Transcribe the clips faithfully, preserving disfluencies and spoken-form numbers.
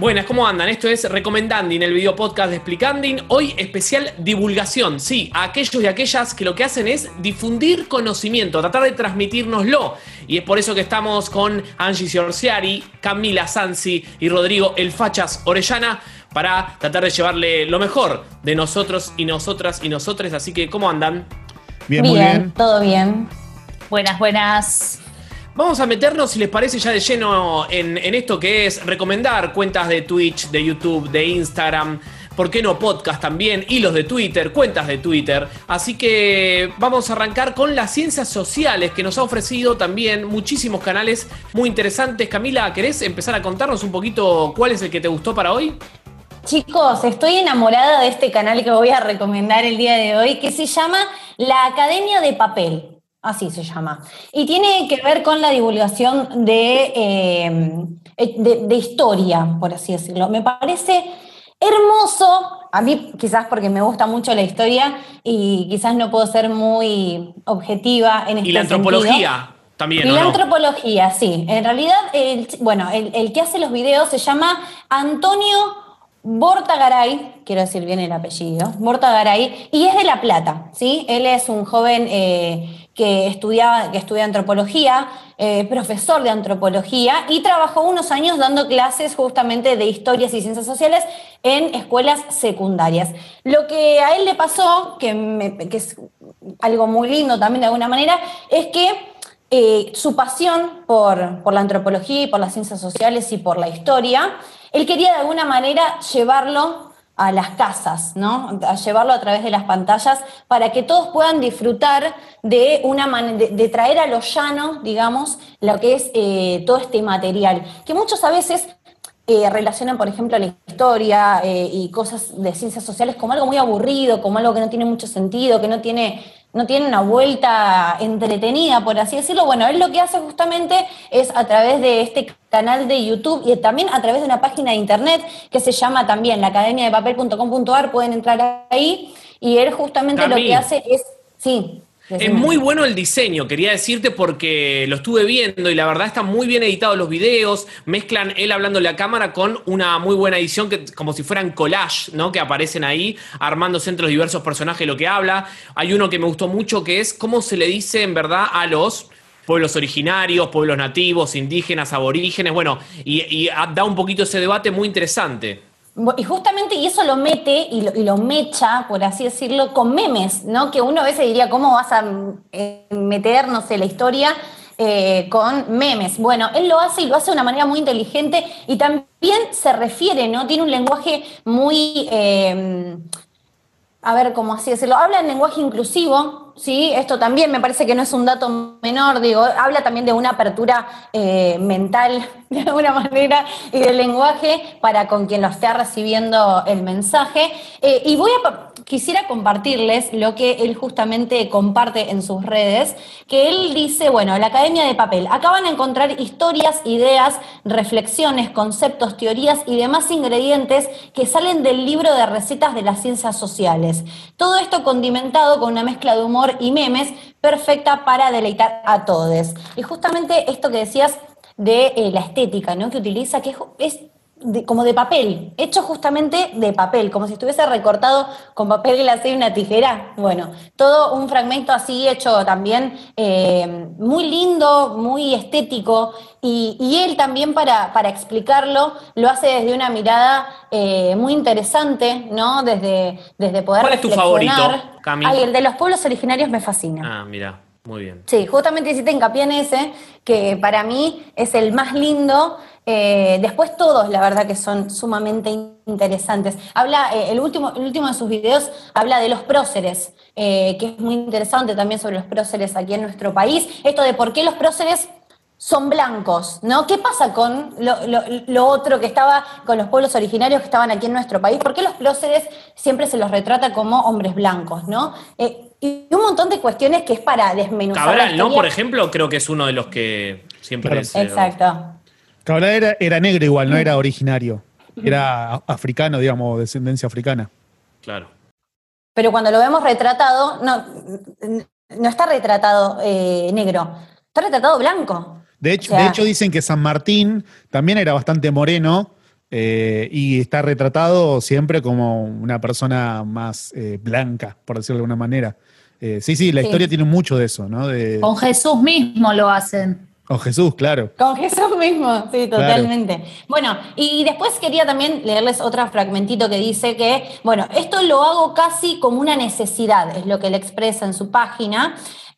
Buenas, ¿cómo andan? Esto es Recomendanding, el video podcast de Explicanding. Hoy especial divulgación, sí, a aquellos y aquellas que lo que hacen es difundir conocimiento, tratar de transmitírnoslo. Y es por eso que estamos con Angie Giorgiari, Camila Sansi y Rodrigo El Fachas Orellana para tratar de llevarle lo mejor de nosotros y nosotras y nosotres. Así que, ¿cómo andan? Bien, muy bien. Todo bien. Buenas, buenas. Vamos a meternos, si les parece, ya de lleno en, en esto que es recomendar cuentas de Twitch, de YouTube, de Instagram, ¿por qué no podcast también? Hilos de Twitter, cuentas de Twitter. Así que vamos a arrancar con las ciencias sociales, que nos ha ofrecido también muchísimos canales muy interesantes. Camila, ¿querés empezar a contarnos un poquito cuál es el que te gustó para hoy? Chicos, estoy enamorada de este canal que voy a recomendar el día de hoy, que se llama La Academia de Papel. Así se llama. Y tiene que ver con la divulgación de, eh, de, de historia, por así decirlo. Me parece hermoso, a mí quizás porque me gusta mucho la historia y quizás no puedo ser muy objetiva en este Y la antropología sentido. también, Y ¿o la no? antropología, sí. En realidad, el, bueno, el, el que hace los videos se llama Antonio Bortagaray, quiero decir bien el apellido, Bortagaray, y es de La Plata, ¿sí? Él es un joven eh, que, estudiaba, que estudia antropología, eh, profesor de antropología, y trabajó unos años dando clases justamente de historias y ciencias sociales en escuelas secundarias. Lo que a él le pasó, que, me, que es algo muy lindo también de alguna manera, es que Eh, su pasión por, por la antropología y por las ciencias sociales y por la historia, él quería de alguna manera llevarlo a las casas, ¿no? A llevarlo a través de las pantallas para que todos puedan disfrutar de una man- de, de traer a lo llano, digamos, lo que es eh, todo este material, que muchos a veces Eh, relacionan, por ejemplo, la historia eh, y cosas de ciencias sociales como algo muy aburrido, como algo que no tiene mucho sentido, que no tiene, no tiene una vuelta entretenida, por así decirlo. Bueno, él lo que hace justamente es a través de este canal de YouTube y también a través de una página de internet que se llama también la academia de papel punto com punto a r, pueden entrar ahí, y él justamente Cami, lo que hace es... Sí. es muy bueno el diseño, quería decirte, porque lo estuve viendo y la verdad están muy bien editados los videos, mezclan él hablando a la cámara con una muy buena edición, que, como si fueran collage, ¿no? Que aparecen ahí, armándose entre los diversos personajes lo que habla. Hay uno que me gustó mucho, que es cómo se le dice en verdad a los pueblos originarios, pueblos nativos, indígenas, aborígenes, bueno, y, y da un poquito ese debate muy interesante. Y justamente, y eso lo mete y lo, y lo mecha, por así decirlo, con memes, ¿no? Que uno a veces diría, ¿cómo vas a eh, meter, no sé, la historia eh, con memes? Bueno, él lo hace y lo hace de una manera muy inteligente y también se refiere, ¿no? Tiene un lenguaje muy... Eh, a ver, ¿cómo así decirlo? Habla en lenguaje inclusivo, ¿sí? Esto también me parece que no es un dato menor, digo, habla también de una apertura eh, mental, de alguna manera, y del lenguaje para con quien lo esté recibiendo el mensaje. Eh, y voy a, quisiera compartirles lo que él justamente comparte en sus redes, que él dice, bueno, la Academia de Papel, acá van a encontrar historias, ideas, reflexiones, conceptos, teorías y demás ingredientes que salen del libro de recetas de las ciencias sociales. Todo esto condimentado con una mezcla de humor y memes perfecta para deleitar a todos. Y justamente esto que decías de eh, la estética, ¿no? Que utiliza, que es, es de, como de papel, hecho justamente de papel, como si estuviese recortado con papel glacé y una tijera. Bueno, todo un fragmento así hecho también eh, muy lindo, muy estético, y, y él también para, para explicarlo lo hace desde una mirada eh, muy interesante, ¿no? Desde, desde poder ¿Cuál es tu reflexionar. favorito, Cami? Ay, el de los pueblos originarios me fascina. Ah, mira, muy bien. Sí, justamente hiciste hincapié en ese, que para mí es el más lindo. Eh, después todos, la verdad, que son sumamente interesantes. Habla, eh, el último, el último de sus videos habla de los próceres, eh, que es muy interesante también sobre los próceres aquí en nuestro país. Esto de por qué los próceres son blancos, ¿no? ¿Qué pasa con lo, lo, lo otro que estaba, con los pueblos originarios que estaban aquí en nuestro país? ¿Por qué los próceres siempre se los retrata como hombres blancos, ¿no? Eh, y un montón de cuestiones que es para desmenuzar la Cabral, ¿no? historia. Por ejemplo, creo que es uno de los que siempre Claro. es... eh, Exacto. Cabral era, era negro igual, no era originario. Era a- africano, digamos, descendencia africana. Claro. Pero cuando lo vemos retratado, no, no está retratado eh, negro, está retratado blanco. De O hecho, sea, de hecho, dicen que San Martín también era bastante moreno, Eh, y está retratado siempre como una persona más eh, blanca, por decirlo de alguna manera. Eh, sí, sí, la Sí. historia tiene mucho de eso, ¿no? De, Con Jesús mismo lo hacen. o Jesús, claro. Con Jesús mismo, sí, Claro. totalmente. Bueno, y después quería también leerles otro fragmentito que dice que, bueno, esto lo hago casi como una necesidad, es lo que él expresa en su página,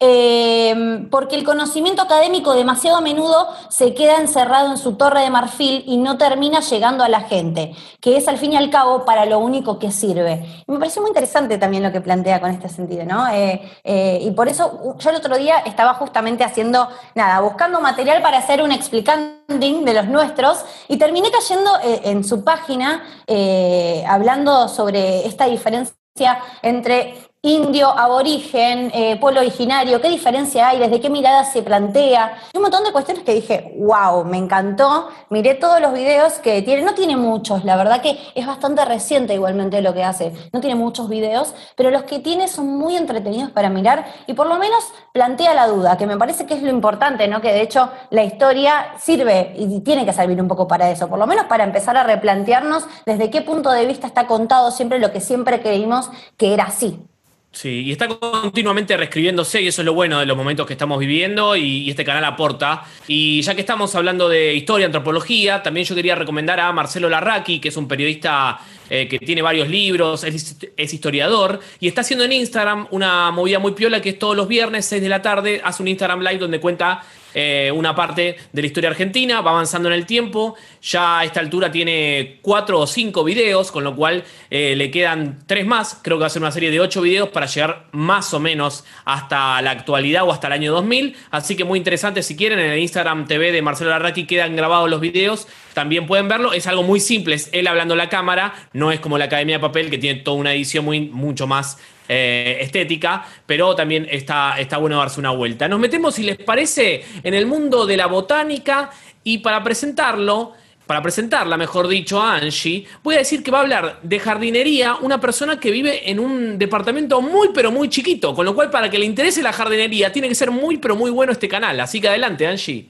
eh, porque el conocimiento académico demasiado a menudo se queda encerrado en su torre de marfil y no termina llegando a la gente, que es al fin y al cabo para lo único que sirve. Y me pareció muy interesante también lo que plantea con este sentido, ¿no? Eh, eh, y por eso yo el otro día estaba justamente haciendo, nada, buscando material para hacer un explicanding de los nuestros y terminé cayendo eh, en su página eh, hablando sobre esta diferencia entre indio, aborigen, eh, pueblo originario, qué diferencia hay, desde qué mirada se plantea, y un montón de cuestiones que dije, wow, me encantó, miré todos los videos que tiene, no tiene muchos, la verdad que es bastante reciente igualmente lo que hace, no tiene muchos videos, pero los que tiene son muy entretenidos para mirar y por lo menos plantea la duda, que me parece que es lo importante, ¿no? Que de hecho la historia sirve y tiene que servir un poco para eso, por lo menos para empezar a replantearnos desde qué punto de vista está contado siempre lo que siempre creímos que era así. Sí, y está continuamente reescribiéndose y eso es lo bueno de los momentos que estamos viviendo y, y este canal aporta. Y ya que estamos hablando de historia, antropología, también yo quería recomendar a Marcelo Larraqui, que es un periodista eh, que tiene varios libros, es, es historiador y está haciendo en Instagram una movida muy piola que es todos los viernes, seis de la tarde, hace un Instagram Live donde cuenta eh, una parte de la historia argentina, va avanzando en el tiempo, ya a esta altura tiene cuatro o cinco videos, con lo cual eh, le quedan tres más, creo que va a ser una serie de ocho videos para llegar más o menos hasta la actualidad o hasta el año dos mil, así que muy interesante, si quieren en el Instagram T V de Marcelo Larraqui quedan grabados los videos, también pueden verlo, es algo muy simple, es él hablando a la cámara, no es como la Academia de Papel que tiene toda una edición muy, mucho más eh, estética, pero también está, está bueno darse una vuelta. Nos metemos, si les parece, en el mundo de la botánica y para presentarlo, para presentarla, mejor dicho, a Angie, voy a decir que va a hablar de jardinería una persona que vive en un departamento muy pero muy chiquito, con lo cual para que le interese la jardinería tiene que ser muy pero muy bueno este canal, así que adelante, Angie.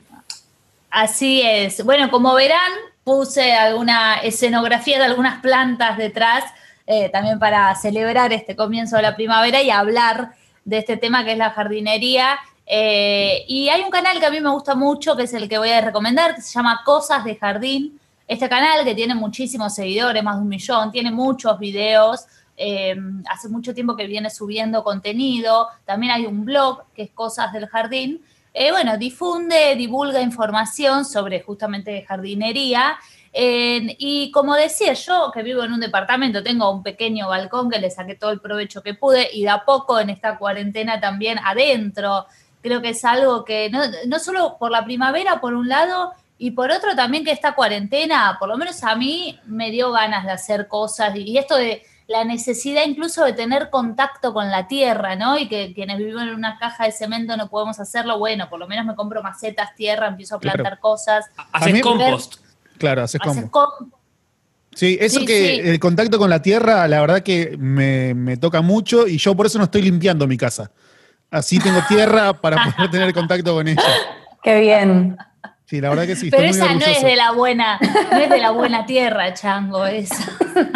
Así es. Bueno, como verán, puse alguna escenografía de algunas plantas detrás, eh, también para celebrar este comienzo de la primavera y hablar de este tema que es la jardinería. Eh, y hay un canal que a mí me gusta mucho, que es el que voy a recomendar, que se llama Cosas de Jardín. Este canal, que tiene muchísimos seguidores, más de un millón, tiene muchos videos, eh, hace mucho tiempo que viene subiendo contenido. También hay un blog, que es Cosas del Jardín. Eh, bueno, difunde, divulga información sobre justamente jardinería. Eh, y como decía, yo que vivo en un departamento, tengo un pequeño balcón que le saqué todo el provecho que pude y de a poco en esta cuarentena también adentro. Creo que es algo que no, no solo por la primavera, por un lado, y por otro también que esta cuarentena, por lo menos a mí, me dio ganas de hacer cosas. Y esto de la necesidad incluso de tener contacto con la tierra, ¿no? Y que quienes vivimos en una caja de cemento no podemos hacerlo. Bueno, por lo menos me compro macetas, tierra, empiezo a plantar Claro. cosas. Haces También- compost. Claro, haces Hacer como. com- Sí, eso Sí, que sí. el contacto con la tierra, la verdad que me, me toca mucho y yo por eso no estoy limpiando mi casa. Así tengo tierra para poder tener contacto con ella. Qué bien. Sí, la verdad que sí, Pero estoy muy esa no es orgulloso. de la buena, no es de la buena tierra, chango, esa.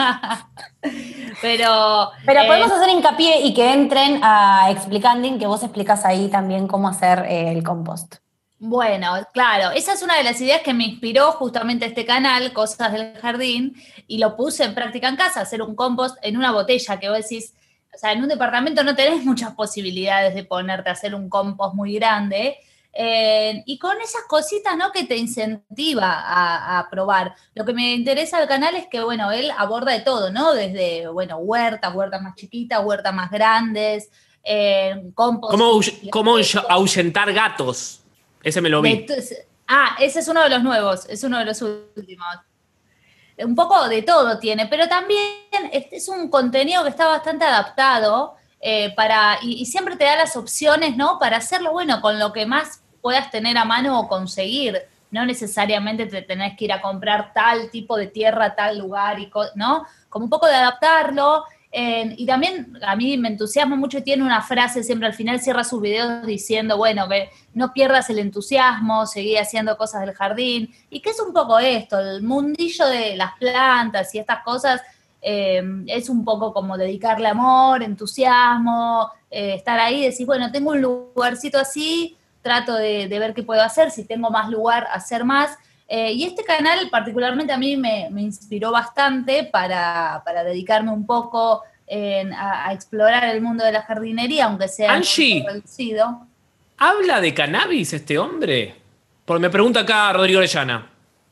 Pero, Pero eh, podemos hacer hincapié y que entren a Explicanding, que vos explicás ahí también cómo hacer eh, el compost. bueno, claro, esa es una de las ideas que me inspiró justamente este canal, Cosas del Jardín, y lo puse en práctica en casa, hacer un compost en una botella, que vos decís, o sea, en un departamento no tenés muchas posibilidades de ponerte a hacer un compost muy grande, eh, y con esas cositas, ¿no?, que te incentiva a, a probar. Lo que me interesa del canal es que, bueno, él aborda de todo, ¿no? Desde, bueno, huertas, huertas más chiquitas, huertas más grandes, eh, compost. ¿Cómo, ahuy- cómo ahuyentar gatos? Ese me lo vi. De- ah, ese es uno de los nuevos, es uno de los últimos. Un poco de todo tiene, pero también este es un contenido que está bastante adaptado eh, para, y, y siempre te da las opciones, ¿no? Para hacerlo, bueno, con lo que más puedas tener a mano o conseguir. No necesariamente te tenés que ir a comprar tal tipo de tierra, tal lugar, y co- ¿no? Como un poco de adaptarlo. Eh, y también a mí me entusiasma mucho y tiene una frase siempre al final, cierra sus videos diciendo, bueno, ve, no pierdas el entusiasmo, seguí haciendo cosas del jardín. Y que es un poco esto, el mundillo de las plantas y estas cosas, eh, es un poco como dedicarle amor, entusiasmo, eh, estar ahí y decir, bueno, tengo un lugarcito así, trato de, de ver qué puedo hacer, si tengo más lugar, hacer más. Eh, y este canal particularmente a mí me, me inspiró bastante para, para dedicarme un poco en, a, a explorar el mundo de la jardinería, aunque sea Angie, reducido. ¿habla de cannabis este hombre? Porque me pregunta acá Rodrigo Orellana.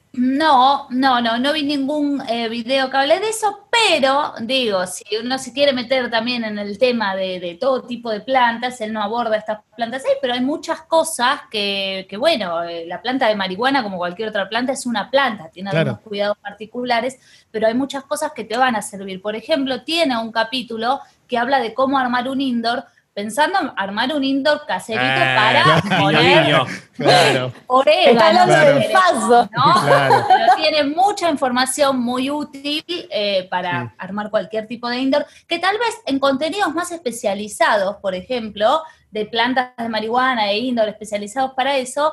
No, no, no, no vi ningún eh, video que hable de eso, pero digo, si uno se quiere meter también en el tema de, de todo tipo de plantas, él no aborda estas plantas ahí, pero hay muchas cosas que, que bueno, eh, la planta de marihuana, como cualquier otra planta, es una planta, tiene Claro. algunos cuidados particulares, pero hay muchas cosas que te van a servir. Por ejemplo, tiene un capítulo que habla de cómo armar un indoor, pensando en armar un indoor caserito Eh, para guiño, poner guiño. Claro. Está orégano, hablando Claro. del paso. ¿no? Claro. Pero tiene mucha información muy útil eh, para Sí. armar cualquier tipo de indoor, que tal vez en contenidos más especializados, por ejemplo, de plantas de marihuana e indoor especializados para eso,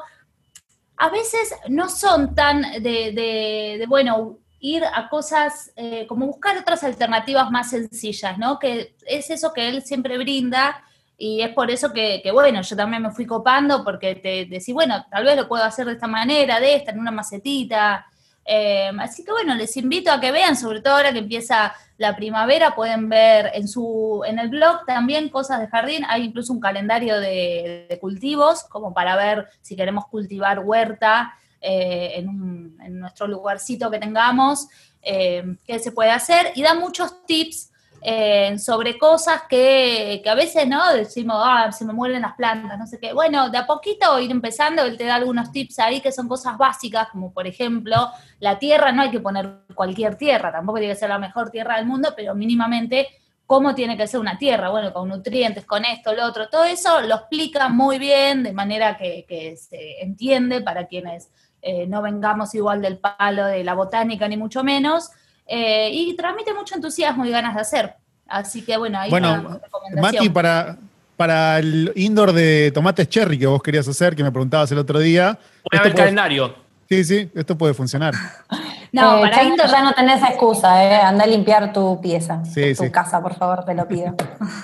a veces no son tan de, de, de bueno, ir a cosas, eh, como buscar otras alternativas más sencillas, ¿no? Que es eso que él siempre brinda. Y es por eso que, que, bueno, yo también me fui copando, porque te decís, bueno, tal vez lo puedo hacer de esta manera, de esta, en una macetita. Eh, así que bueno, les invito a que vean, sobre todo ahora que empieza la primavera, pueden ver en su en el blog también cosas de jardín, hay incluso un calendario de, de cultivos, como para ver si queremos cultivar huerta eh, en, un, en nuestro lugarcito que tengamos, eh, qué se puede hacer, y da muchos tips Eh, sobre cosas que, que a veces, ¿no? Decimos, ah, se me mueren las plantas, no sé qué. Bueno, de a poquito ir empezando, él te da algunos tips ahí que son cosas básicas, como por ejemplo, la tierra, no hay que poner cualquier tierra, tampoco tiene que ser la mejor tierra del mundo, pero mínimamente cómo tiene que ser una tierra, bueno, con nutrientes, con esto, lo otro, todo eso lo explica muy bien, de manera que, que se entiende para quienes eh, no vengamos igual del palo de la botánica, ni mucho menos. Eh, y transmite mucho entusiasmo y ganas de hacer. Así que bueno, ahí está Bueno, la recomendación. Mati, para, para el indoor de tomates cherry que vos querías hacer, que me preguntabas el otro día. Voy a ver el puede- calendario. Sí, sí, esto puede funcionar. No, Eh, para Chancho, indoor ya no tenés excusa, ¿eh? Anda a limpiar tu pieza, Sí, tu sí. casa, por favor, te lo pido.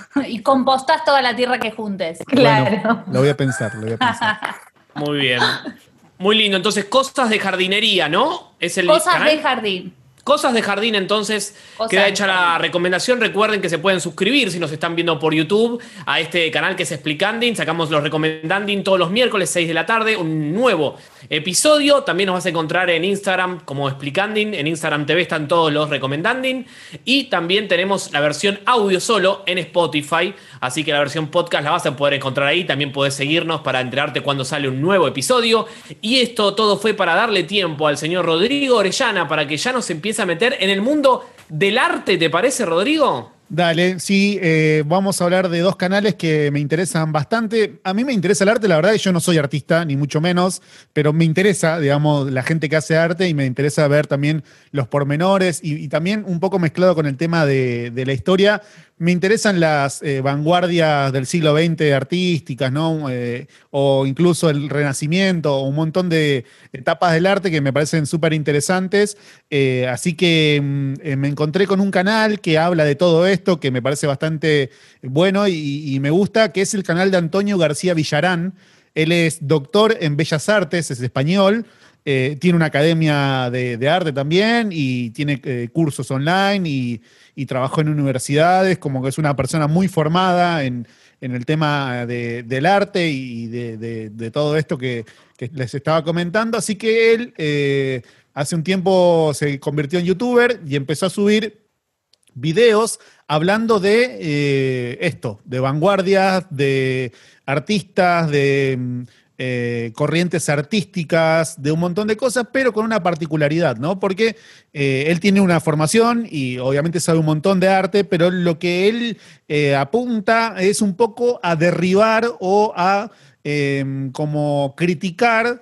y compostás toda la tierra que juntes. Claro. Bueno, lo voy a pensar, lo voy a pensar. Muy bien. Muy lindo. Entonces, cosas de jardinería, ¿no? Es el Cosas canal. de jardín. Cosas de jardín, entonces, Cosas queda de hecha la jardín. recomendación. Recuerden que se pueden suscribir si nos están viendo por YouTube a este canal que es Explicanding. Sacamos los Recomendanding todos los miércoles, seis de la tarde, un nuevo episodio. También nos vas a encontrar en Instagram como Explicanding. En Instagram T V están todos los Recomendanding. Y también tenemos la versión audio solo en Spotify. Así que la versión podcast la vas a poder encontrar ahí. También podés seguirnos para enterarte cuando sale un nuevo episodio. Y esto todo fue para darle tiempo al señor Rodrigo Orellana para que ya nos empiece a meter en el mundo del arte, ¿te parece, Rodrigo? Dale, sí, eh, vamos a hablar de dos canales que me interesan bastante. A mí me interesa el arte, la verdad, y yo no soy artista, ni mucho menos, pero me interesa, digamos, la gente que hace arte y me interesa ver también los pormenores y, y también un poco mezclado con el tema de, de la historia. Me interesan las eh, vanguardias del siglo veinte artísticas, ¿no? Eh, o incluso el Renacimiento, o un montón de etapas del arte que me parecen súper interesantes. Eh, así que mm, eh, me encontré con un canal que habla de todo esto, que me parece bastante bueno y, y me gusta, que es el canal de Antonio García Villarán. Él es doctor en Bellas Artes, es español. Eh, tiene una academia de, de arte también y tiene eh, cursos online y, y trabajó en universidades, como que es una persona muy formada en, en el tema de, del arte y de, de, de todo esto que, que les estaba comentando. Así que él eh, hace un tiempo se convirtió en youtuber y empezó a subir videos hablando de eh, esto, de vanguardias, de artistas, de eh, corrientes artísticas, de un montón de cosas, pero con una particularidad, ¿no? Porque eh, él tiene una formación y obviamente sabe un montón de arte, pero lo que él eh, apunta es un poco a derribar o a eh, como criticar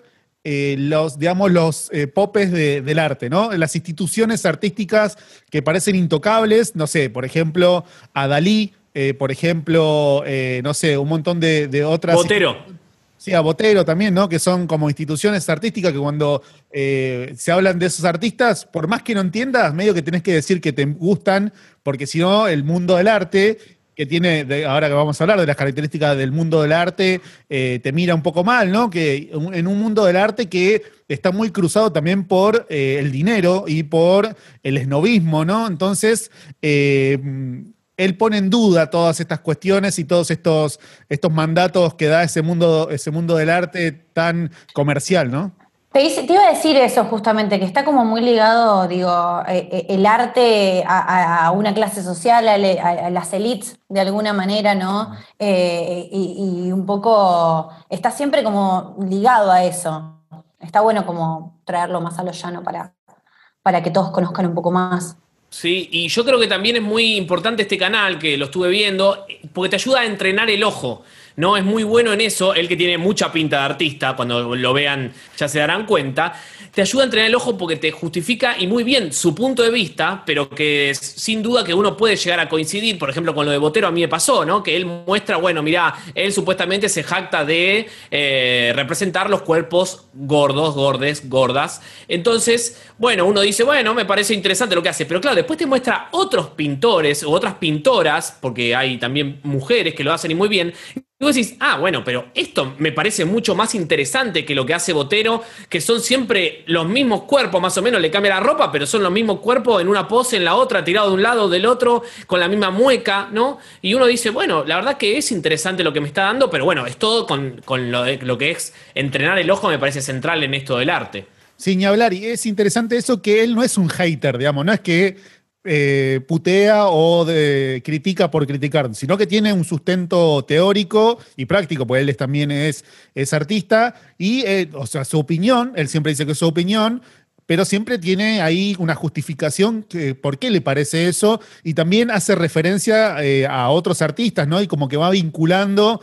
eh, los, digamos, los eh, popes de, del arte, ¿no? Las instituciones artísticas que parecen intocables, no sé, por ejemplo, a Dalí, eh, por ejemplo, eh, no sé, un montón de, de otras... Botero. Sí, a Botero también, ¿no? Que son como instituciones artísticas que cuando eh, se hablan de esos artistas, por más que no entiendas, medio que tenés que decir que te gustan, porque si no, el mundo del arte, que tiene, de, ahora que vamos a hablar de las características del mundo del arte, eh, te mira un poco mal, ¿no? Que en un mundo del arte que está muy cruzado también por eh, el dinero y por el esnobismo, ¿no? Entonces, eh, él pone en duda todas estas cuestiones y todos estos, estos mandatos que da ese mundo, ese mundo del arte tan comercial, ¿no? Te, dice- te iba a decir eso justamente, que está como muy ligado, digo, eh, eh, el arte a, a- a una clase social, a, le- a- a las élites, de alguna manera, ¿no? Eh, y, y un poco está siempre como ligado a eso. Está bueno como traerlo más a lo llano para, para que todos conozcan un poco más. Sí, y yo creo que también es muy importante este canal, que lo estuve viendo, porque te ayuda a entrenar el ojo, ¿no? Es muy bueno en eso, él que tiene mucha pinta de artista, cuando lo vean ya se darán cuenta, te ayuda a entrenar el ojo porque te justifica, y muy bien, su punto de vista, pero que es, sin duda que uno puede llegar a coincidir, por ejemplo, con lo de Botero a mí me pasó, ¿no? Que él muestra, bueno, mirá, él supuestamente se jacta de eh, representar los cuerpos gordos, gordes, gordas, entonces, bueno, uno dice, bueno, me parece interesante lo que hace, pero claro, después te muestra otros pintores u otras pintoras, porque hay también mujeres que lo hacen y muy bien, y vos decís, ah, bueno, pero esto me parece mucho más interesante que lo que hace Botero, que son siempre los mismos cuerpos, más o menos, le cambia la ropa, pero son los mismos cuerpos en una pose, en la otra, tirado de un lado o del otro, con la misma mueca, ¿no? Y uno dice, bueno, la verdad que es interesante lo que me está dando, pero bueno, es todo con, con lo, de, lo que es entrenar el ojo, me parece central en esto del arte. Sin ni hablar, y es interesante eso que él no es un hater, digamos, no es que eh, putea o de, critica por criticar, sino que tiene un sustento teórico y práctico, porque él es, también es, es artista, y eh, o sea, su opinión, él siempre dice que es su opinión, pero siempre tiene ahí una justificación que, por qué le parece eso, y también hace referencia eh, a otros artistas, ¿no? Y como que va vinculando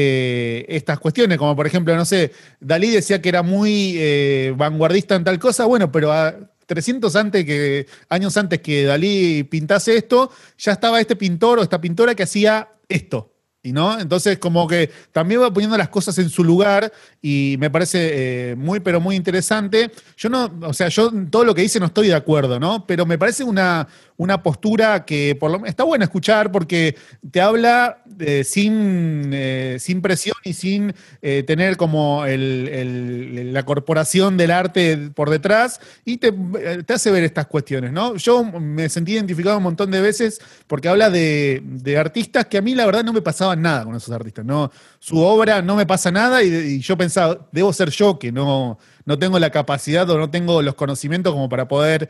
eh, estas cuestiones, como por ejemplo, no sé, Dalí decía que era muy eh, vanguardista en tal cosa, bueno, pero a trescientos antes que, años antes que Dalí pintase esto, ya estaba este pintor o esta pintora que hacía esto. Y ¿no? Entonces, como que también va poniendo las cosas en su lugar y me parece eh, muy, pero muy interesante. Yo no, o sea, yo en todo lo que dice no estoy de acuerdo, ¿no? Pero me parece una, una postura que por lo, está buena escuchar porque te habla eh, sin, eh, sin presión y sin eh, tener como el, el, la corporación del arte por detrás y te, te hace ver estas cuestiones, ¿no? Yo me sentí identificado un montón de veces porque habla de, de artistas que a mí la verdad no me pasaban nada con esos artistas, ¿no? Su obra no me pasa nada y, y yo pensaba, debo ser yo que no, no tengo la capacidad o no tengo los conocimientos como para poder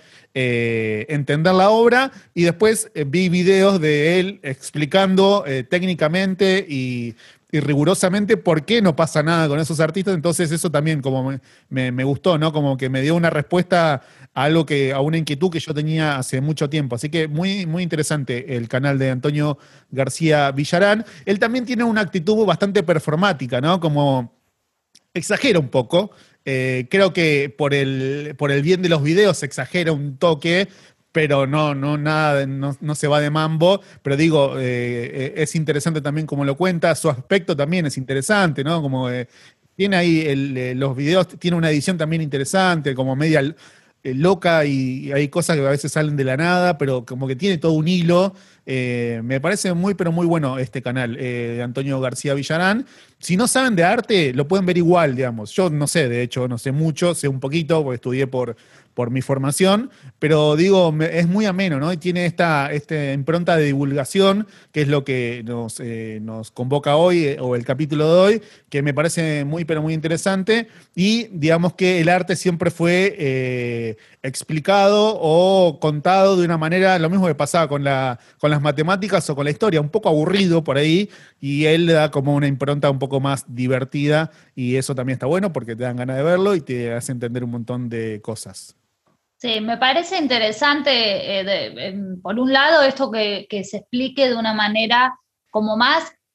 eh, entender la obra y después eh, vi videos de él explicando eh, técnicamente y, y rigurosamente por qué no pasa nada con esos artistas, entonces eso también como me, me, me gustó, ¿no? Como que me dio una respuesta a algo que, a una inquietud que yo tenía hace mucho tiempo. Así que muy, muy interesante el canal de Antonio García Villarán. Él también tiene una actitud bastante performática, ¿no? Como exagera un poco. Eh, creo que por el, por el bien de los videos exagera un toque, pero no, no, nada, no, no se va de mambo. Pero digo, eh, es interesante también como lo cuenta, su aspecto también es interesante, ¿no? Como eh, tiene ahí el, los videos, tiene una edición también interesante, como media eh, loca y, y hay cosas que a veces salen de la nada, pero como que tiene todo un hilo. Eh, me parece muy, pero muy bueno este canal eh, de Antonio García Villarán. Si no saben de arte, lo pueden ver igual, digamos. Yo no sé, de hecho, no sé mucho, sé un poquito, porque estudié por, por mi formación, pero digo, me, es muy ameno, ¿no? Y tiene esta, esta impronta de divulgación, que es lo que nos, eh, nos convoca hoy, eh, o el capítulo de hoy, que me parece muy, pero muy interesante. Y digamos que el arte siempre fue eh, explicado o contado de una manera, lo mismo que pasaba con, la, con las matemáticas o con la historia, un poco aburrido por ahí, y él le da como una impronta un poco más divertida, y eso también está bueno porque te dan ganas de verlo y te hace entender un montón de cosas. Sí, me parece interesante, eh, de, eh, por un lado, esto que, que se explique de una manera como más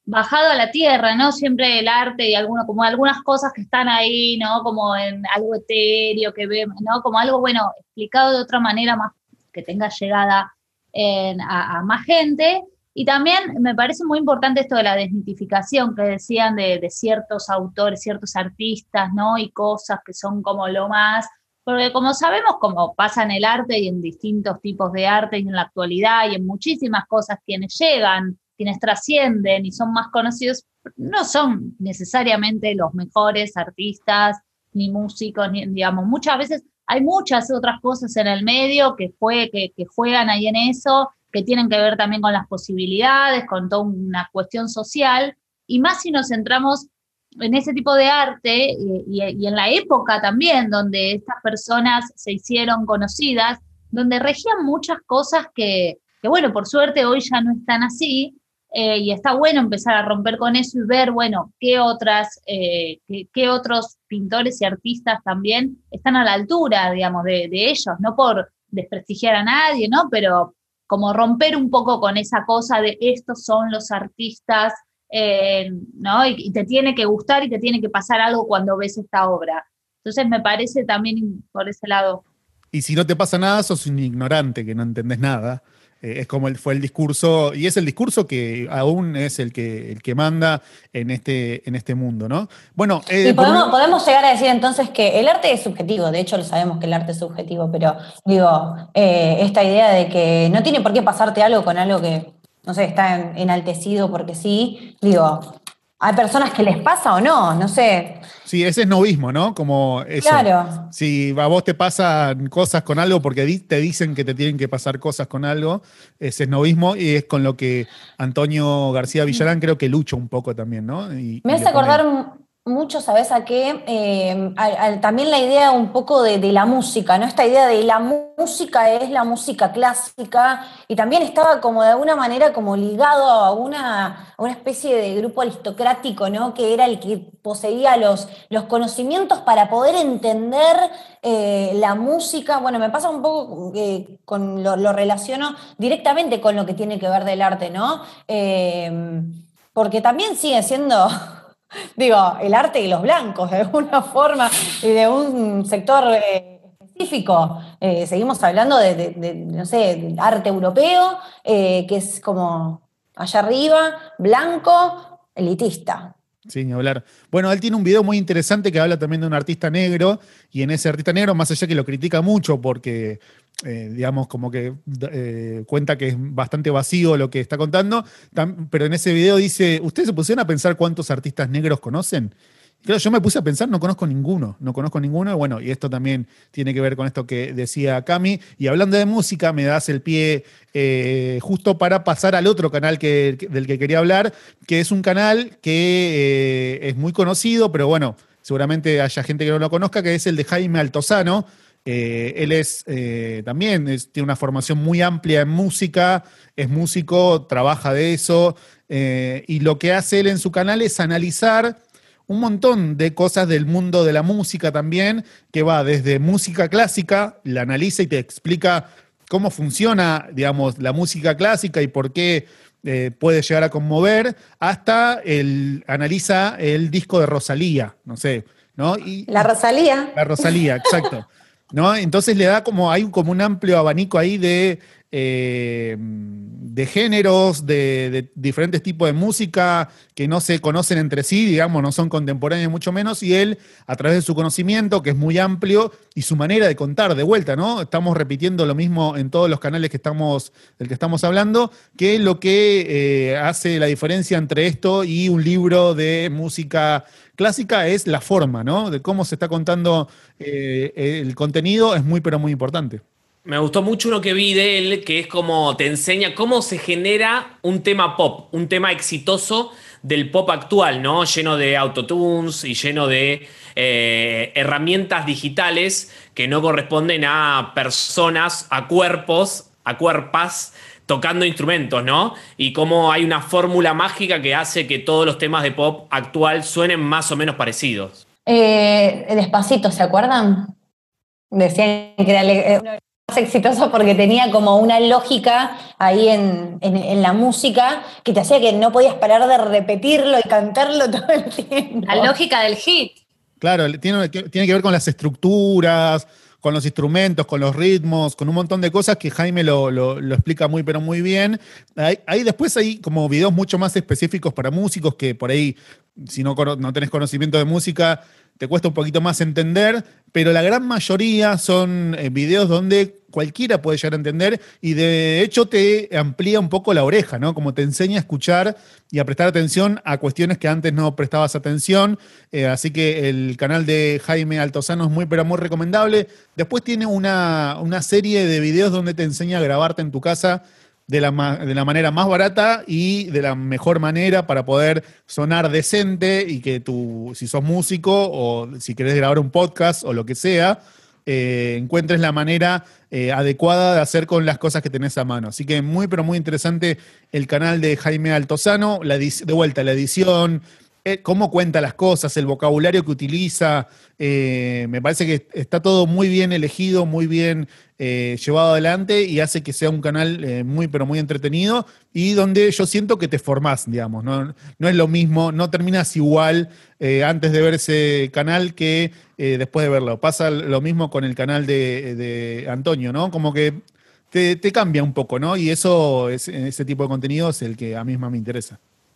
bajado a la tierra, ¿no? Siempre el arte y alguno, como algunas cosas que están ahí, ¿no? Como en algo etéreo que vemos, ¿no? Como algo, bueno, explicado de otra manera más que tenga llegada en, a, a más gente. Y también me parece muy importante esto de la desmitificación que decían de, de ciertos autores, ciertos artistas, ¿no? Y cosas que son como lo más, porque como sabemos, como pasa en el arte y en distintos tipos de arte y en la actualidad y en muchísimas cosas, quienes llegan, quienes trascienden y son más conocidos, no son necesariamente los mejores artistas, ni músicos, ni, digamos, muchas veces hay muchas otras cosas en el medio que, fue, que, que juegan ahí en eso, que tienen que ver también con las posibilidades, con toda una cuestión social, y más si nos centramos en ese tipo de arte y, y, y en la época también donde estas personas se hicieron conocidas, donde regían muchas cosas que, que bueno, por suerte hoy ya no están así, eh, y está bueno empezar a romper con eso y ver, bueno, qué otras, eh, qué, qué otros pintores y artistas también están a la altura, digamos, de, de ellos, no por desprestigiar a nadie, ¿no? Pero como romper un poco con esa cosa de estos son los artistas, eh, ¿no? Y, y te tiene que gustar y te tiene que pasar algo cuando ves esta obra. Entonces me parece también por ese lado. Y si no te pasa nada, sos un ignorante, que no entendés nada. Eh, es como el, fue el discurso, y es el discurso que aún es el que, el que manda en este, en este mundo, ¿no? Bueno, eh, y podemos, por... podemos llegar a decir entonces que el arte es subjetivo, de hecho lo sabemos que el arte es subjetivo, pero digo, eh, esta idea de que no tiene por qué pasarte algo con algo que, no sé, está en, enaltecido porque sí, digo, hay personas que les pasa o no, no sé. Sí, ese es novismo, ¿no? Como eso. Claro. Si a vos te pasan cosas con algo porque di- te dicen que te tienen que pasar cosas con algo, ese es novismo y es con lo que Antonio García Villarán creo que lucha un poco también, ¿no? Y, Me y hace le pone- acordar mucho, ¿sabes a qué? Eh, a- a- también la idea un poco de, de la música, ¿no? Esta idea de la música es la música clásica y también estaba como de alguna manera como ligado a una, a una especie de grupo aristocrático, ¿no? Que era el que poseía los, los conocimientos para poder entender eh, la música. Bueno, me pasa un poco eh, con lo, lo relaciono directamente con lo que tiene que ver del arte, ¿no? Eh, porque también sigue siendo... Digo, el arte de los blancos, de alguna forma, y de un sector eh, específico. Eh, seguimos hablando de, de- de, no sé, del arte europeo, eh, que es como allá arriba, blanco, elitista. Sí, ni hablar. Bueno, él tiene un video muy interesante que habla también de un artista negro, y en ese artista negro, más allá que lo critica mucho porque, eh, digamos, como que eh, cuenta que es bastante vacío lo que está contando, tam- pero en ese video dice, ¿ustedes se pusieron a pensar cuántos artistas negros conocen? Y claro, yo me puse a pensar, no conozco ninguno, no conozco ninguno, y bueno, y esto también tiene que ver con esto que decía Cami, y hablando de música, me das el pie eh, justo para pasar al otro canal que, que- del que quería hablar, que es un canal que eh, es muy conocido, pero bueno, seguramente haya gente que no lo conozca, que es el de Jaime Altozano. Eh, él es eh, también, es- tiene una formación muy amplia en música, es músico, trabaja de eso, eh, y lo que hace él en su canal es analizar un montón de cosas del mundo de la música también, que va desde música clásica, la analiza y te explica cómo funciona, digamos, la música clásica y por qué eh, puede llegar a conmover, hasta el, analiza el disco de Rosalía, no sé, ¿no? Y, La y Rosalía. la Rosalía, exacto. ¿No? Entonces le da como, hay como un amplio abanico ahí de, eh, de géneros, de, de diferentes tipos de música que no se conocen entre sí, digamos, no son contemporáneos mucho menos, y él, a través de su conocimiento, que es muy amplio, y su manera de contar de vuelta, ¿no? Estamos repitiendo lo mismo en todos los canales que estamos, del que estamos hablando, que lo que eh, hace la diferencia entre esto y un libro de música clásica es la forma, ¿no? De cómo se está contando eh, el contenido es muy, pero muy importante. Me gustó mucho uno que vi de él, que es como te enseña cómo se genera un tema pop, un tema exitoso del pop actual, ¿no? Lleno de autotunes y lleno de eh, herramientas digitales que no corresponden a personas, a cuerpos, a cuerpas tocando instrumentos, ¿no? Y cómo hay una fórmula mágica que hace que todos los temas de pop actual suenen más o menos parecidos. Eh, Despacito, ¿se acuerdan? Decían que era le- eh, uno de los exitoso porque tenía como una lógica ahí en, en, en la música que te hacía que no podías parar de repetirlo y cantarlo todo el tiempo. La lógica del hit. Claro, tiene, tiene que ver con las estructuras, con los instrumentos, con los ritmos, con un montón de cosas que Jaime lo, lo, lo explica muy, pero muy bien. Ahí, ahí después hay como videos mucho más específicos para músicos que por ahí, si no, no tenés conocimiento de música, te cuesta un poquito más entender, pero la gran mayoría son eh, videos donde cualquiera puede llegar a entender y de hecho te amplía un poco la oreja, ¿no? Como te enseña a escuchar y a prestar atención a cuestiones que antes no prestabas atención. Eh, así que el canal de Jaime Altozano es muy, pero muy recomendable. Después tiene una, una serie de videos donde te enseña a grabarte en tu casa de la, de la manera más barata y de la mejor manera para poder sonar decente y que tú, si sos músico o si querés grabar un podcast o lo que sea, eh, encuentres la manera eh, adecuada de hacer con las cosas que tenés a mano. Así que muy, pero muy interesante el canal de Jaime Altozano, la de vuelta, la edición, eh, cómo cuenta las cosas, el vocabulario que utiliza. Eh, me parece que está todo muy bien elegido, muy bien eh, llevado adelante y hace que sea un canal eh, muy, pero muy entretenido y donde yo siento que te formás, digamos. No, no es lo mismo, no terminas igual eh, antes de ver ese canal que eh, después de verlo. Pasa lo mismo con el canal de, de Antonio, ¿no? Como que te, te cambia un poco, ¿no? Y eso, es, ese tipo de contenido es el que a mí más me interesa.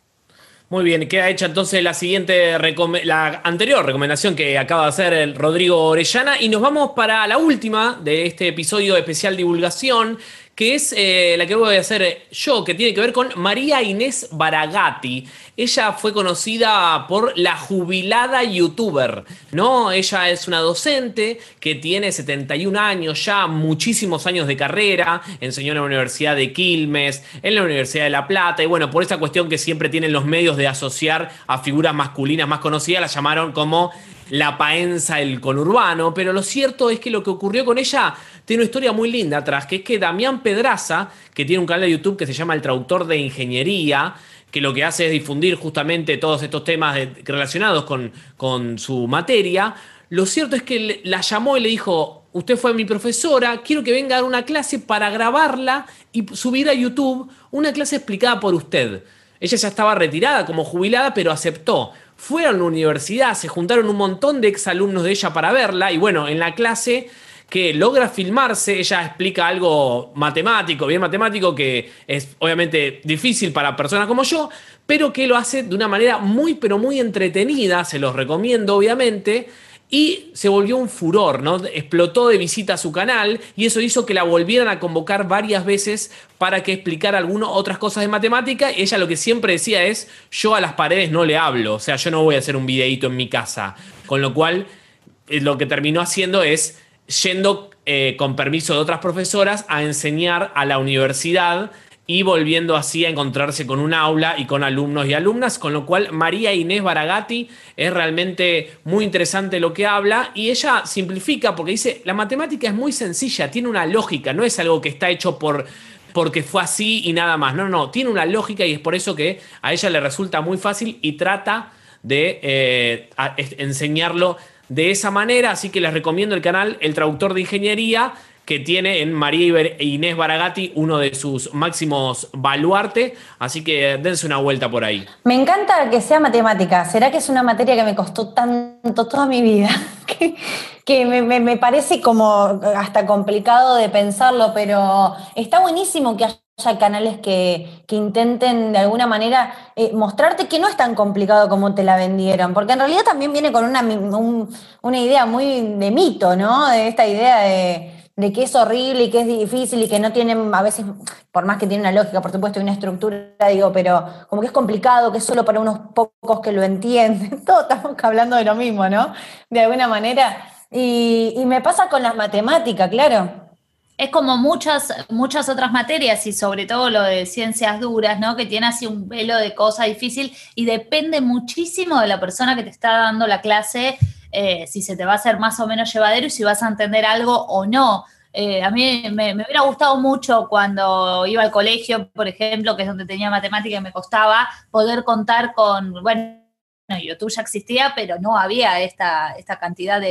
Muy bien, queda hecha entonces la siguiente, la anterior recomendación que acaba de hacer el Rodrigo Orellana y nos vamos para la última de este episodio de especial divulgación, que es eh, la que voy a hacer yo, que tiene que ver con María Inés Baragati. Ella fue conocida por la jubilada youtuber, ¿no? Ella es una docente que tiene setenta y un años ya, muchísimos años de carrera, enseñó en la Universidad de Quilmes, en la Universidad de La Plata, y bueno, por esa cuestión que siempre tienen los medios de asociar a figuras masculinas más conocidas, la llamaron como la Paenza del conurbano, pero lo cierto es que lo que ocurrió con ella tiene una historia muy linda atrás, que es que Damián Pedraza, que tiene un canal de YouTube que se llama El Traductor de Ingeniería, que lo que hace es difundir justamente todos estos temas de, relacionados con, con su materia, lo cierto es que la llamó y le dijo: usted fue mi profesora, quiero que venga a dar una clase para grabarla y subir a YouTube una clase explicada por usted. Ella ya estaba retirada como jubilada, pero aceptó. Fueron a la universidad, se juntaron un montón de exalumnos de ella para verla y bueno, en la clase que logra filmarse, ella explica algo matemático, bien matemático, que es obviamente difícil para personas como yo, pero que lo hace de una manera muy pero muy entretenida, se los recomiendo obviamente, y se volvió un furor, ¿no? Explotó de visita a su canal y eso hizo que la volvieran a convocar varias veces para que explicara algunas otras cosas de matemática. Y ella lo que siempre decía es: yo a las paredes no le hablo, o sea, yo no voy a hacer un videíto en mi casa. Con lo cual, eh, lo que terminó haciendo es yendo eh, con permiso de otras profesoras a enseñar a la universidad y volviendo así a encontrarse con un aula y con alumnos y alumnas, con lo cual María Inés Baragati es realmente muy interesante lo que habla y ella simplifica porque dice: la matemática es muy sencilla, tiene una lógica, no es algo que está hecho por, porque fue así y nada más, no, no, tiene una lógica y es por eso que a ella le resulta muy fácil y trata de eh, a, enseñarlo de esa manera, así que les recomiendo el canal El Traductor de Ingeniería, que tiene en María Inés Baragati uno de sus máximos baluarte, así que dense una vuelta por ahí. Me encanta que sea matemática. ¿Será que es una materia que me costó tanto toda mi vida? que que me, me, me parece como hasta complicado de pensarlo, pero está buenísimo que haya canales que, que intenten de alguna manera eh, mostrarte que no es tan complicado como te la vendieron, porque en realidad también viene con una, un, una idea muy de mito, ¿no? De esta idea de... de que es horrible y que es difícil y que no tienen, a veces, por más que tiene una lógica, por supuesto, y una estructura, digo, pero como que es complicado, que es solo para unos pocos que lo entienden. Todos estamos hablando de lo mismo, ¿no? De alguna manera. Y, y me pasa con las matemáticas, claro. Es como muchas, muchas otras materias y sobre todo lo de ciencias duras, ¿no? Que tiene así un velo de cosa difícil y depende muchísimo de la persona que te está dando la clase, eh, si se te va a hacer más o menos llevadero y si vas a entender algo o no. Eh, a mí me, me hubiera gustado mucho cuando iba al colegio, por ejemplo, que es donde tenía matemática y me costaba, poder contar con, bueno, YouTube ya existía, pero no había esta, esta cantidad de,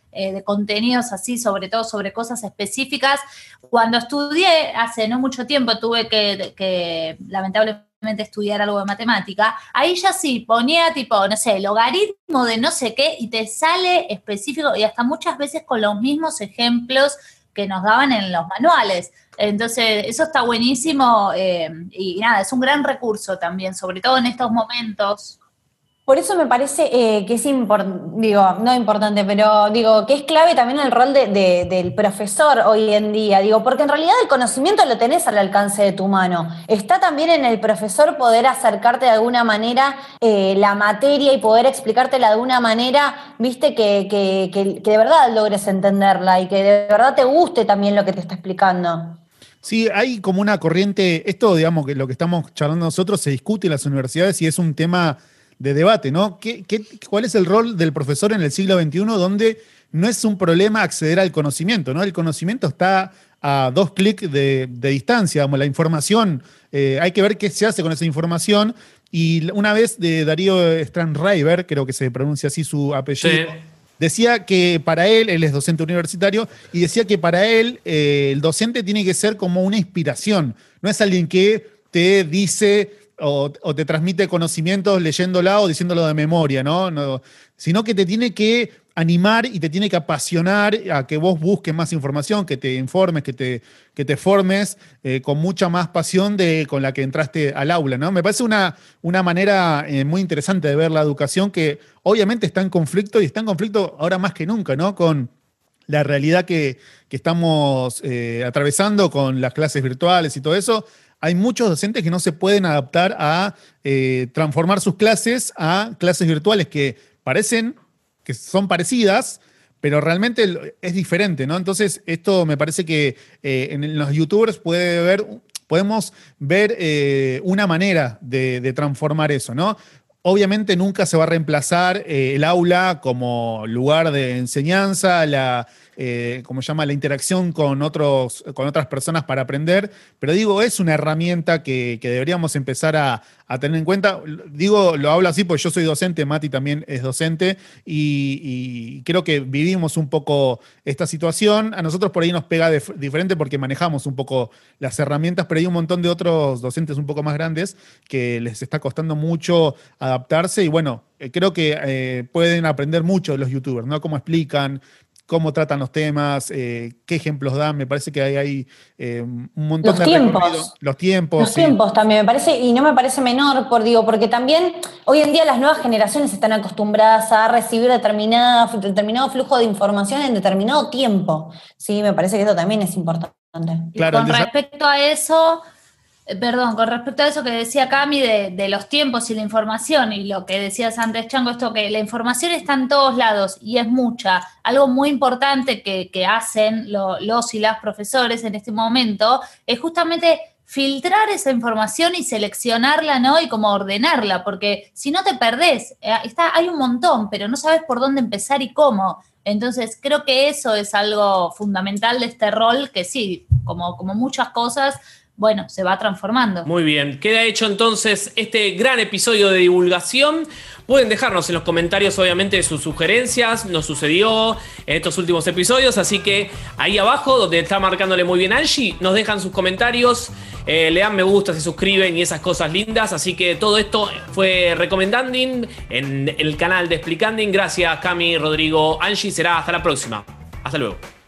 eh, de contenidos así, sobre todo sobre cosas específicas. Cuando estudié, hace no mucho tiempo, tuve que, que lamentablemente estudiar algo de matemática, ahí ya sí ponía tipo, no sé, logaritmo de no sé qué y te sale específico y hasta muchas veces con los mismos ejemplos que nos daban en los manuales. Entonces, eso está buenísimo eh, y, y nada, es un gran recurso también, sobre todo en estos momentos. Por eso me parece eh, que es importante, digo, no importante, pero digo, que es clave también el rol de, de, del profesor hoy en día, digo, porque en realidad el conocimiento lo tenés al alcance de tu mano. Está también en el profesor poder acercarte de alguna manera eh, la materia y poder explicártela de alguna manera, viste, que, que, que, que de verdad logres entenderla y que de verdad te guste también lo que te está explicando. Sí, hay como una corriente, esto digamos que lo que estamos charlando nosotros se discute en las universidades y es un tema de debate, ¿no? ¿Qué, qué, ¿Cuál es el rol del profesor en el siglo veintiuno donde no es un problema acceder al conocimiento, ¿no? El conocimiento está a dos clics de, de distancia, digamos, la información, eh, hay que ver qué se hace con esa información. Y una vez de Darío Strandreiber, creo que se pronuncia así su apellido, sí, decía que para él, él es docente universitario, y decía que para él eh, el docente tiene que ser como una inspiración, no es alguien que te dice o, o te transmite conocimientos leyéndola o diciéndolo de memoria, ¿no? No, sino que te tiene que animar y te tiene que apasionar a que vos busques más información, que te informes, que te, que te formes eh, con mucha más pasión de, con la que entraste al aula, ¿no? Me parece una, una manera eh, muy interesante de ver la educación que obviamente está en conflicto y está en conflicto ahora más que nunca, ¿no? Con la realidad que, que estamos eh, atravesando con las clases virtuales y todo eso. Hay muchos docentes que no se pueden adaptar a eh, transformar sus clases a clases virtuales que parecen que son parecidas, pero realmente es diferente, ¿no? Entonces, esto me parece que eh, en los youtubers puede ver, podemos ver eh, una manera de, de transformar eso, ¿no? Obviamente nunca se va a reemplazar eh, el aula como lugar de enseñanza, la, eh, como se llama, la interacción con, otros, con otras personas para aprender, pero digo, es una herramienta que, que deberíamos empezar a, a tener en cuenta. Digo, lo hablo así porque yo soy docente, Mati también es docente, y, y creo que vivimos un poco esta situación. A nosotros por ahí nos pega de, diferente porque manejamos un poco las herramientas, pero hay un montón de otros docentes un poco más grandes que les está costando mucho adaptarse y bueno, eh, creo que eh, pueden aprender mucho de los youtubers, ¿no? Cómo explican, cómo tratan los temas, eh, qué ejemplos dan. Me parece que hay, hay eh, un montón los de tiempos. recorrido. Los tiempos. Los sí. tiempos también, me parece, y no me parece menor, por, digo, porque también hoy en día las nuevas generaciones están acostumbradas a recibir determinada, determinado flujo de información en determinado tiempo. Sí, me parece que eso también es importante. Claro, y con respecto a eso... Perdón, con respecto a eso que decía Cami de, de los tiempos y la información y lo que decías antes, Chango, esto que la información está en todos lados y es mucha. Algo muy importante que, que hacen lo, los y las profesores en este momento es justamente filtrar esa información y seleccionarla, ¿no? Y como ordenarla, porque si no te perdés, está, hay un montón, pero no sabes por dónde empezar y cómo. Entonces, creo que eso es algo fundamental de este rol que sí, como, como muchas cosas, bueno, se va transformando. Muy bien, queda hecho entonces este gran episodio de divulgación. Pueden dejarnos en los comentarios, obviamente, sus sugerencias. Nos sucedió en estos últimos episodios, así que ahí abajo, donde está marcándole muy bien Angie, nos dejan sus comentarios, eh, le dan me gusta, se suscriben y esas cosas lindas. Así que todo esto fue Recomendanding en el canal de Explicanding. Gracias, Cami, Rodrigo, Angie. Será hasta la próxima. Hasta luego.